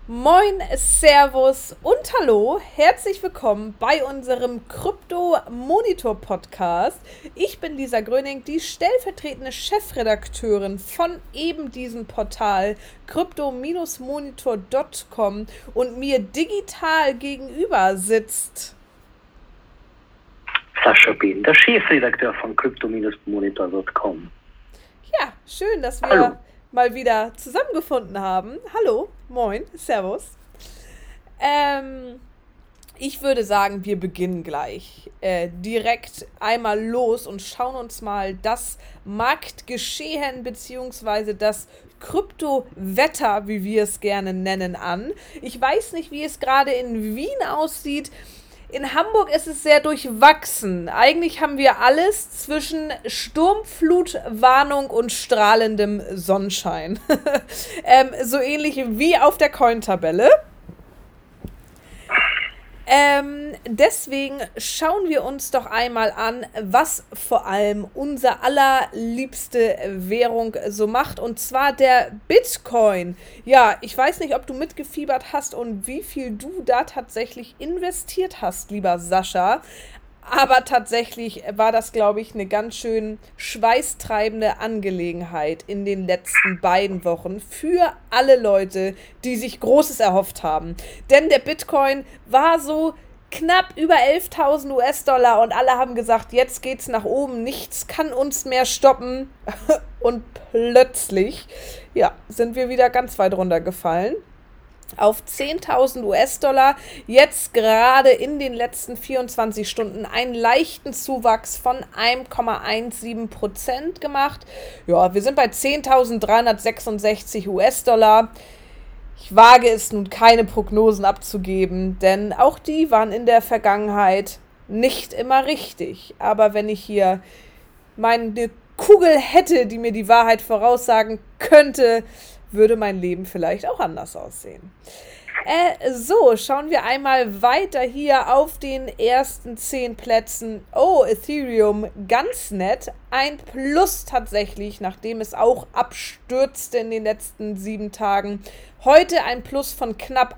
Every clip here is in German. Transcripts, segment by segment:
Moin, Servus und Hallo, herzlich willkommen bei unserem Krypto-Monitor-Podcast. Ich bin Lisa Gröning, die stellvertretende Chefredakteurin von eben diesem Portal crypto-monitor.com und mir digital gegenüber sitzt. Sascha Behn, der Chefredakteur von crypto-monitor.com. Ja, schön, dass wir Hallo. mal wieder zusammengefunden haben. Hallo, moin, Servus. Ähm, Ich würde sagen, wir beginnen gleich direkt einmal los und schauen uns mal das Marktgeschehen bzw. das Kryptowetter, wie wir es gerne nennen, an. Ich weiß nicht, wie es gerade in Wien aussieht. In Hamburg ist es sehr durchwachsen. Eigentlich haben wir alles zwischen Sturmflutwarnung und strahlendem Sonnenschein. So ähnlich wie auf der Cointabelle. Deswegen schauen wir uns doch einmal an, was vor allem unser allerliebste Währung so macht, und zwar der Bitcoin. Ja, ich weiß nicht, ob du mitgefiebert hast und wie viel du da tatsächlich investiert hast, lieber Sascha. Aber tatsächlich war das, glaube ich, eine ganz schön schweißtreibende Angelegenheit in den letzten beiden Wochen für alle Leute, die sich Großes erhofft haben. Denn der Bitcoin war so knapp über 11.000 US-Dollar und alle haben gesagt, jetzt geht's nach oben, nichts kann uns mehr stoppen. Und plötzlich, ja, sind wir wieder ganz weit runtergefallen auf 10.000 US-Dollar. Jetzt gerade in den letzten 24 Stunden einen leichten Zuwachs von 1,17% gemacht. Ja, wir sind bei 10.366 US-Dollar. Ich wage es nun, keine Prognosen abzugeben, denn auch die waren in der Vergangenheit nicht immer richtig. Aber wenn ich hier meine Kugel hätte, die mir die Wahrheit voraussagen könnte, würde mein Leben vielleicht auch anders aussehen. So, schauen wir einmal weiter hier auf den ersten 10 Plätzen. Oh, Ethereum, ganz nett. Ein Plus tatsächlich, nachdem es auch abstürzte in den letzten 7 Tagen. Heute ein Plus von knapp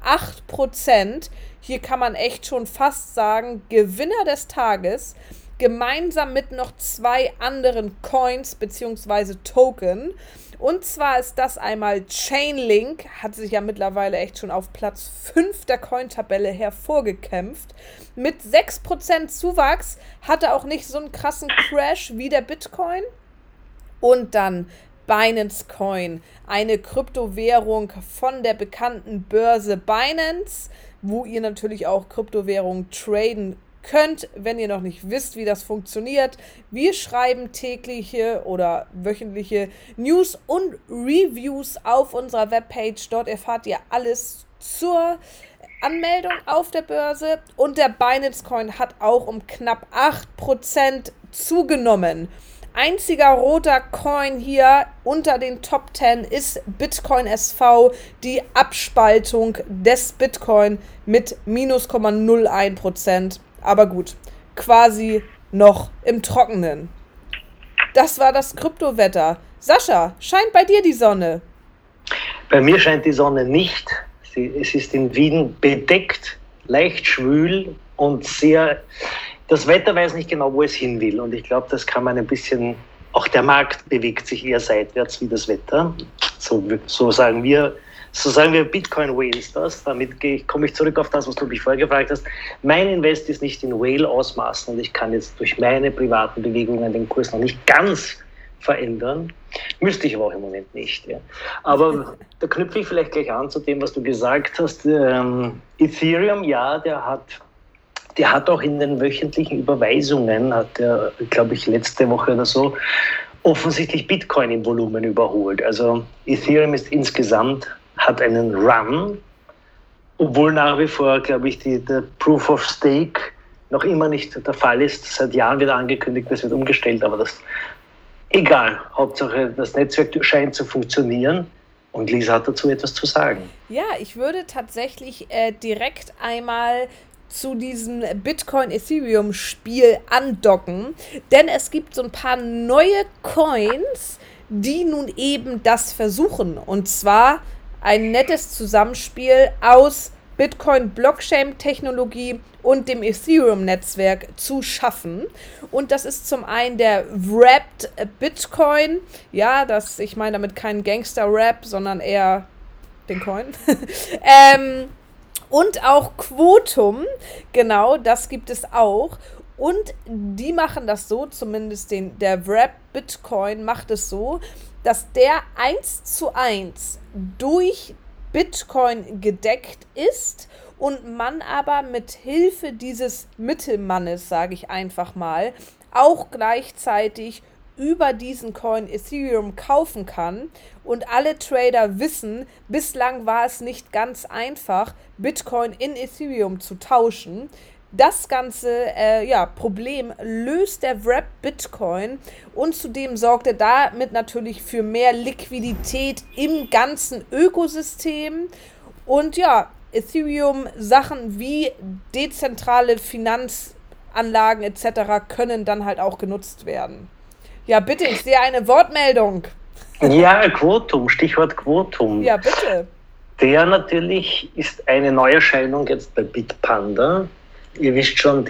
8%. Hier kann man echt schon fast sagen, Gewinner des Tages. Gemeinsam mit noch 2 anderen Coins bzw. Token. Und zwar ist das einmal Chainlink, hat sich ja mittlerweile echt schon auf Platz 5 der Cointabelle hervorgekämpft. Mit 6% Zuwachs, hatte auch nicht so einen krassen Crash wie der Bitcoin. Und dann Binance Coin, eine Kryptowährung von der bekannten Börse Binance, wo ihr natürlich auch Kryptowährungen traden könnt, wenn ihr noch nicht wisst, wie das funktioniert. Wir schreiben tägliche oder wöchentliche News und Reviews auf unserer Webpage. Dort erfahrt ihr alles zur Anmeldung auf der Börse. Und der Binance Coin hat auch um knapp 8% zugenommen. Einziger roter Coin hier unter den Top 10 ist Bitcoin SV, die Abspaltung des Bitcoin mit minus 0,01%. Aber gut, quasi noch im Trockenen. Das war das Kryptowetter. Sascha, scheint bei dir die Sonne? Bei mir scheint die Sonne nicht. Es ist in Wien bedeckt, leicht schwül und sehr. Das Wetter weiß nicht genau, wo es hin will. Und ich glaube, das kann man ein bisschen. Auch der Markt bewegt sich eher seitwärts wie das Wetter. So sagen wir. So sagen wir Bitcoin Whales das. Damit komme ich zurück auf das, was du mich vorher gefragt hast. Mein Invest ist nicht in Whale-Ausmaßen und ich kann jetzt durch meine privaten Bewegungen den Kurs noch nicht ganz verändern. Müsste ich aber auch im Moment nicht. Ja. Aber da knüpfe ich vielleicht gleich an zu dem, was du gesagt hast. Ethereum, ja, der hat auch in den wöchentlichen Überweisungen, hat er, glaube ich, letzte Woche oder so, offensichtlich Bitcoin im Volumen überholt. Also Ethereum ist insgesamt, hat einen Run, obwohl nach wie vor, glaube ich, der Proof of Stake noch immer nicht der Fall ist. Seit Jahren wird angekündigt, das wird umgestellt, aber das egal. Hauptsache, das Netzwerk scheint zu funktionieren. Und Lisa hat dazu etwas zu sagen. Ja, ich würde tatsächlich direkt einmal zu diesem Bitcoin-Ethereum-Spiel andocken, denn es gibt so ein paar neue Coins, die nun eben das versuchen. Und zwar ein nettes Zusammenspiel aus Bitcoin-Blockchain-Technologie und dem Ethereum-Netzwerk zu schaffen. Und das ist zum einen der Wrapped Bitcoin. Ja, ich meine damit keinen Gangster-Rap, sondern eher den Coin. Und auch Quotum, genau, das gibt es auch. Und die machen das so, zumindest der Wrapped Bitcoin macht es so, dass der 1:1 durch Bitcoin gedeckt ist und man aber mit Hilfe dieses Mittelmannes, sage ich einfach mal, auch gleichzeitig über diesen Coin Ethereum kaufen kann. Und alle Trader wissen, bislang war es nicht ganz einfach, Bitcoin in Ethereum zu tauschen. Das ganze Problem löst der Wrapped Bitcoin und zudem sorgt er damit natürlich für mehr Liquidität im ganzen Ökosystem. Und ja, Ethereum Sachen wie dezentrale Finanzanlagen etc. können dann halt auch genutzt werden. Ja, bitte, ich sehe eine Wortmeldung. Ja, Quotum, Stichwort Quotum. Ja, bitte. Der natürlich ist eine Neuerscheinung jetzt bei Bitpanda. Ihr wisst schon,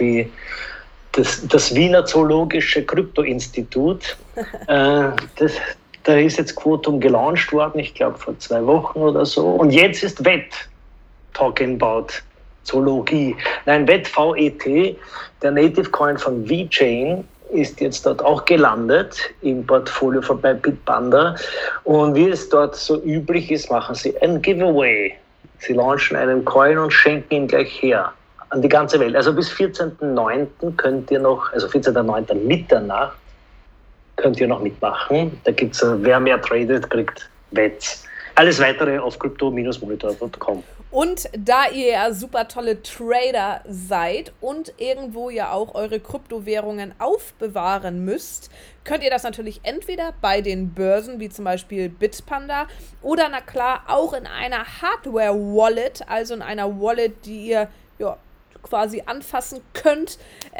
das Wiener Zoologische Kryptoinstitut, da ist jetzt Quotum gelauncht worden, ich glaube vor 2 Wochen oder so. Und jetzt ist VET, talking about Zoologie. Nein, VET, VET, der Native Coin von VeChain, ist jetzt dort auch gelandet im Portfolio bei Bitpanda. Und wie es dort so üblich ist, machen sie ein Giveaway. Sie launchen einen Coin und schenken ihn gleich her an die ganze Welt. Also bis 14.09. könnt ihr noch, also 14.09. Mitternacht, könnt ihr noch mitmachen. Da gibt es, wer mehr tradet, kriegt Wets. Alles weitere auf crypto-monitor.com. Und da ihr ja super tolle Trader seid und irgendwo ja auch eure Kryptowährungen aufbewahren müsst, könnt ihr das natürlich entweder bei den Börsen, wie zum Beispiel Bitpanda, oder na klar auch in einer Hardware-Wallet, also in einer Wallet, die ihr quasi anfassen könnt.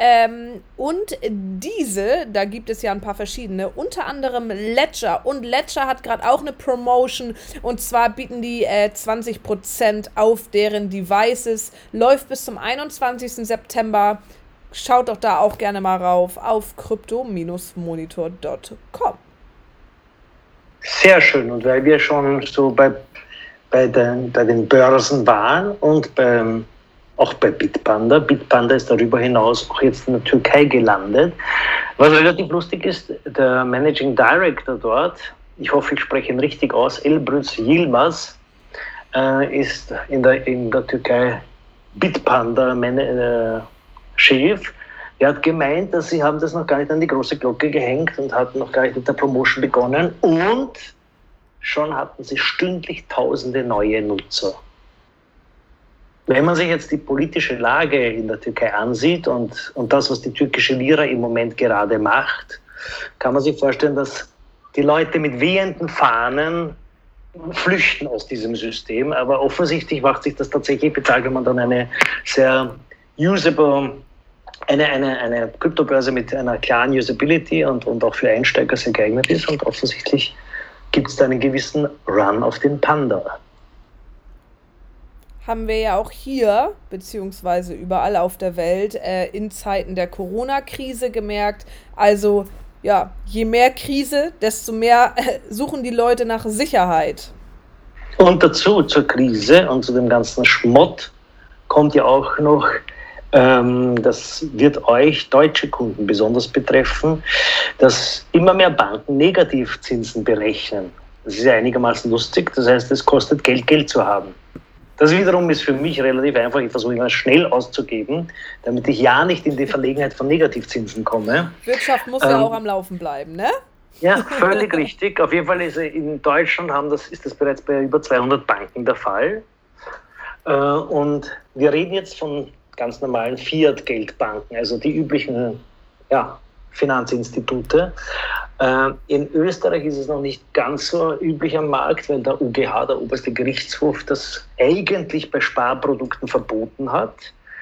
Und diese, da gibt es ja ein paar verschiedene, unter anderem Ledger. Und Ledger hat gerade auch eine Promotion und zwar bieten die 20% auf deren Devices. Läuft bis zum 21. September. Schaut doch da auch gerne mal rauf auf crypto-monitor.com. Sehr schön. Und weil wir schon so bei den Börsen waren und auch bei Bitpanda. Bitpanda ist darüber hinaus auch jetzt in der Türkei gelandet. Was relativ lustig ist, der Managing Director dort, ich hoffe, ich spreche ihn richtig aus, Elbrus Yilmaz, ist in der Türkei Bitpanda-Chef. Er hat gemeint, dass sie haben das noch gar nicht an die große Glocke gehängt und hatten noch gar nicht mit der Promotion begonnen. Und schon hatten sie stündlich tausende neue Nutzer. Wenn man sich jetzt die politische Lage in der Türkei ansieht und das, was die türkische Lira im Moment gerade macht, kann man sich vorstellen, dass die Leute mit wehenden Fahnen flüchten aus diesem System. Aber offensichtlich macht sich das tatsächlich bezahlt, wenn man dann eine sehr usable, eine Kryptobörse mit einer klaren Usability und auch für Einsteiger sehr geeignet ist. Und offensichtlich gibt es da einen gewissen Run auf den Panda. Haben wir ja auch hier, beziehungsweise überall auf der Welt, in Zeiten der Corona-Krise gemerkt. Also, ja, je mehr Krise, desto mehr suchen die Leute nach Sicherheit. Und dazu, zur Krise und zu dem ganzen Schmott, kommt ja auch noch, das wird euch deutsche Kunden besonders betreffen, dass immer mehr Banken Negativzinsen berechnen. Das ist ja einigermaßen lustig, das heißt, es kostet Geld zu haben. Das wiederum ist für mich relativ einfach. Ich versuche immer schnell auszugeben, damit ich ja nicht in die Verlegenheit von Negativzinsen komme. Wirtschaft muss ja auch am Laufen bleiben, ne? Ja, völlig richtig. Auf jeden Fall ist in Deutschland ist das bereits bei über 200 Banken der Fall. Und wir reden jetzt von ganz normalen Fiat-Geldbanken, also die üblichen Finanzinstitute. In Österreich ist es noch nicht ganz so üblich am Markt, weil der UGH, der oberste Gerichtshof, das eigentlich bei Sparprodukten verboten hat.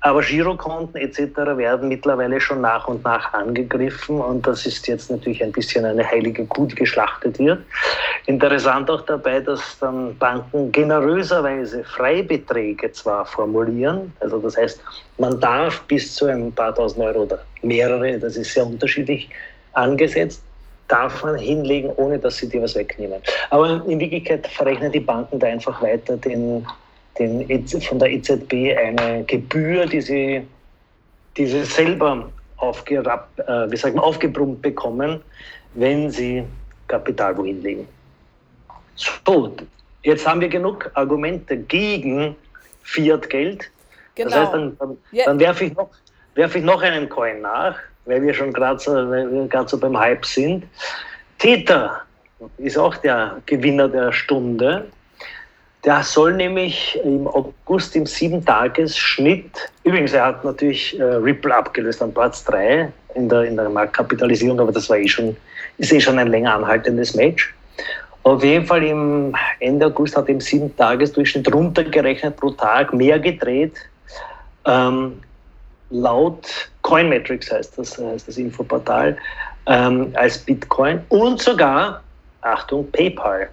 Aber Girokonten etc. werden mittlerweile schon nach und nach angegriffen und das ist jetzt natürlich ein bisschen eine heilige Kuh, die geschlachtet wird. Interessant auch dabei, dass dann Banken generöserweise Freibeträge zwar formulieren, also das heißt, man darf bis zu ein paar tausend Euro oder mehrere, das ist sehr unterschiedlich angesetzt, darf man hinlegen, ohne dass sie dir was wegnehmen. Aber in Wirklichkeit verrechnen die Banken da einfach weiter von der EZB eine Gebühr, die sie selber aufgebrummt bekommen, wenn sie Kapital wohin legen. So, jetzt haben wir genug Argumente gegen Fiat-Geld. Genau. Das heißt, dann werfe ich noch einen Coin nach, weil wir schon gerade so beim Hype sind. Tether ist auch der Gewinner der Stunde. Der soll nämlich im August im 7-Tages-Schnitt, übrigens, er hat natürlich Ripple abgelöst an Platz 3 in der Marktkapitalisierung, aber das ist schon ein länger anhaltendes Match. Auf jeden Fall im Ende August hat er im 7-Tages-Durchschnitt runtergerechnet pro Tag mehr gedreht. Laut Coinmetrics heißt das Infoportal, als Bitcoin und sogar, Achtung, PayPal.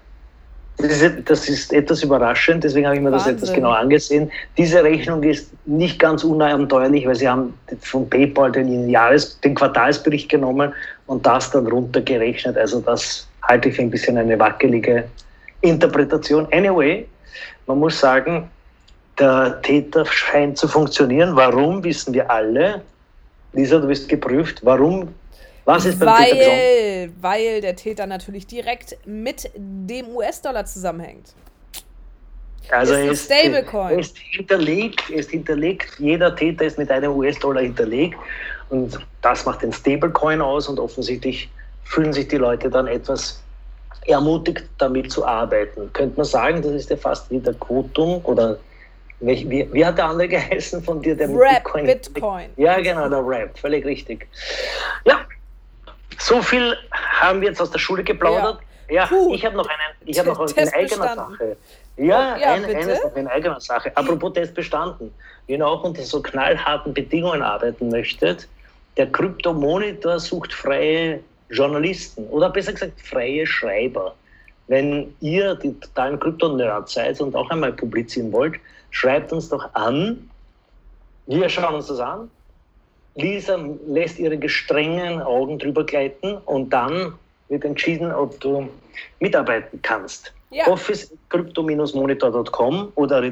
Das ist etwas überraschend, deswegen habe ich mir das etwas genau angesehen. Diese Rechnung ist nicht ganz unabenteuerlich, weil sie haben von PayPal den Quartalsbericht genommen und das dann runtergerechnet. Also das halte ich für ein bisschen eine wackelige Interpretation. Anyway, man muss sagen, der Tether scheint zu funktionieren. Warum, wissen wir alle. Lisa, du bist geprüft. Warum? Was ist beim Tether besonders? Weil der Tether natürlich direkt mit dem US-Dollar zusammenhängt. Also er ist Stablecoin. Er ist hinterlegt. Jeder Tether ist mit einem US-Dollar hinterlegt. Und das macht den Stablecoin aus. Und offensichtlich fühlen sich die Leute dann etwas ermutigt, damit zu arbeiten. Könnte man sagen, das ist ja fast wie der Quotum oder wie hat der andere geheißen von dir? Der Bitcoin. Ja, genau, der Wrap, völlig richtig. Ja, so viel haben wir jetzt aus der Schule geplaudert. Ja, ich habe noch eine eigene Sache. Ja, eines noch in eigener Sache. Apropos Test bestanden. Wenn ihr auch unter so knallharten Bedingungen arbeiten möchtet, der Kryptomonitor sucht freie Journalisten oder besser gesagt freie Schreiber. Wenn ihr die totalen Krypto-Nerds seid und auch einmal publizieren wollt, schreibt uns doch an. Wir schauen uns das an. Lisa lässt ihre gestrengen Augen drüber gleiten und dann wird entschieden, ob du mitarbeiten kannst. Ja. office@crypto-monitor.com oder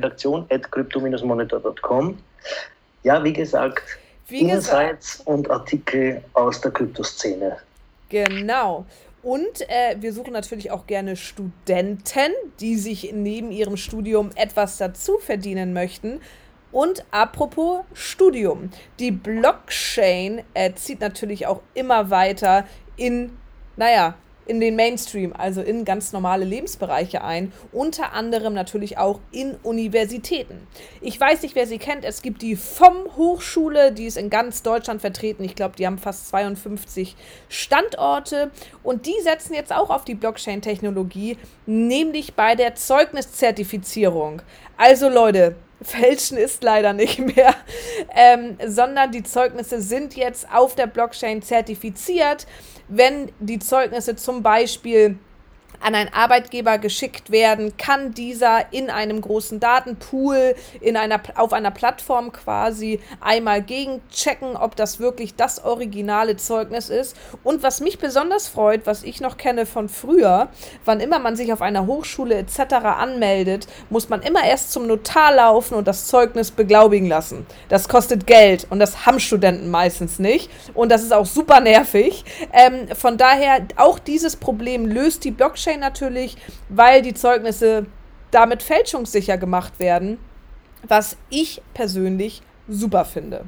redaktion@crypto-monitor.com. Ja, wie gesagt, Insights und Artikel aus der Kryptoszene. Genau. Und wir suchen natürlich auch gerne Studenten, die sich neben ihrem Studium etwas dazu verdienen möchten. Und apropos Studium, die Blockchain zieht natürlich auch immer weiter in den Mainstream, also in ganz normale Lebensbereiche ein, unter anderem natürlich auch in Universitäten. Ich weiß nicht, wer sie kennt, es gibt die FOM-Hochschule, die ist in ganz Deutschland vertreten. Ich glaube, die haben fast 52 Standorte und die setzen jetzt auch auf die Blockchain-Technologie, nämlich bei der Zeugniszertifizierung. Also Leute, Fälschen ist leider nicht mehr, sondern die Zeugnisse sind jetzt auf der Blockchain zertifiziert. Wenn die Zeugnisse zum Beispiel an einen Arbeitgeber geschickt werden, kann dieser in einem großen Datenpool, auf einer Plattform quasi einmal gegenchecken, ob das wirklich das originale Zeugnis ist. Und was mich besonders freut, was ich noch kenne von früher, wann immer man sich auf einer Hochschule etc. anmeldet, muss man immer erst zum Notar laufen und das Zeugnis beglaubigen lassen. Das kostet Geld und das haben Studenten meistens nicht. Und das ist auch super nervig. Von daher, auch dieses Problem löst die Blockchain natürlich, weil die Zeugnisse damit fälschungssicher gemacht werden, was ich persönlich super finde.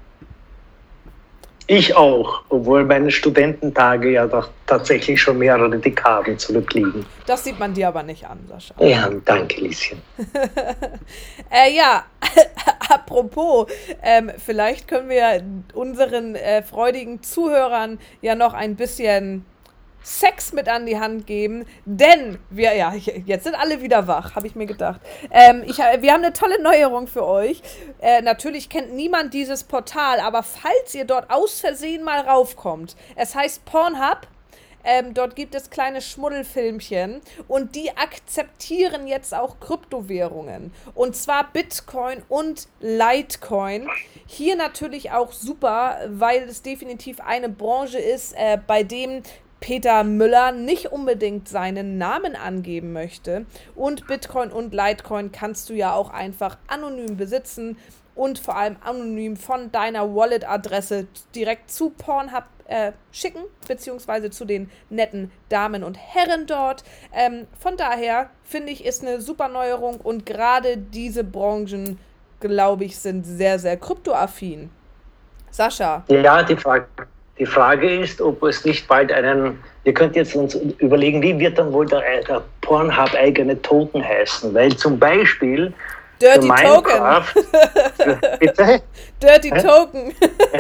Ich auch, obwohl meine Studententage ja doch tatsächlich schon mehrere Dekaden zurückliegen. Das sieht man dir aber nicht an, Sascha. Ja, danke, Lieschen. Ja, apropos, vielleicht können wir unseren freudigen Zuhörern ja noch ein bisschen Sex mit an die Hand geben, denn jetzt sind alle wieder wach, habe ich mir gedacht. Wir haben eine tolle Neuerung für euch. Natürlich kennt niemand dieses Portal, aber falls ihr dort aus Versehen mal raufkommt, es heißt Pornhub. Dort gibt es kleine Schmuddelfilmchen und die akzeptieren jetzt auch Kryptowährungen. Und zwar Bitcoin und Litecoin. Hier natürlich auch super, weil es definitiv eine Branche ist, bei dem Peter Müller nicht unbedingt seinen Namen angeben möchte. Und Bitcoin und Litecoin kannst du ja auch einfach anonym besitzen und vor allem anonym von deiner Wallet-Adresse direkt zu Pornhub schicken, beziehungsweise zu den netten Damen und Herren dort. Von daher finde ich, ist eine super Neuerung und gerade diese Branchen, glaube ich, sind sehr, sehr kryptoaffin. Sascha? Ja, die Frage ist, ob es nicht bald ihr könnt jetzt uns überlegen, wie wird dann wohl der Pornhub eigene Token heißen, weil zum Beispiel Dirty Token. Bitte? Dirty Token.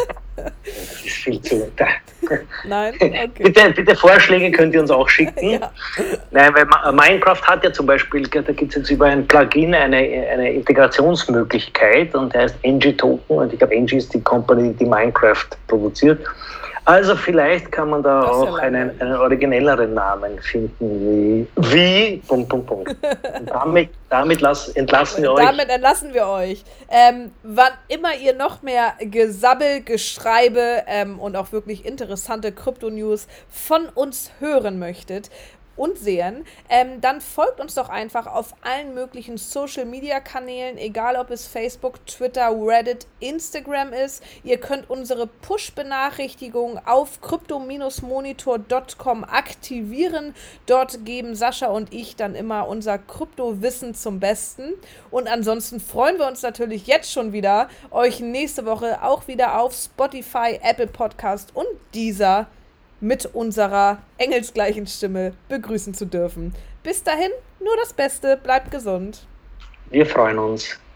Das ist viel zu. Nein? Okay. Bitte Vorschläge könnt ihr uns auch schicken. Ja. Nein, weil Minecraft hat ja zum Beispiel, da gibt es jetzt über ein Plugin eine Integrationsmöglichkeit und der heißt NG Token und ich glaube, NG ist die Company, die Minecraft produziert. Also vielleicht kann man da auch einen originelleren Namen finden, wie. Und damit entlassen wir euch. Damit entlassen wir euch. Wann immer ihr noch mehr Gesabbel, Geschreibe und auch wirklich interessante Krypto-News von uns hören möchtet und sehen, dann folgt uns doch einfach auf allen möglichen Social-Media-Kanälen, egal ob es Facebook, Twitter, Reddit, Instagram ist. Ihr könnt unsere Push-Benachrichtigungen auf crypto-monitor.com aktivieren. Dort geben Sascha und ich dann immer unser Kryptowissen zum Besten. Und ansonsten freuen wir uns natürlich jetzt schon wieder, euch nächste Woche auch wieder auf Spotify, Apple Podcast und Deezer mit unserer engelsgleichen Stimme begrüßen zu dürfen. Bis dahin, nur das Beste, bleibt gesund. Wir freuen uns.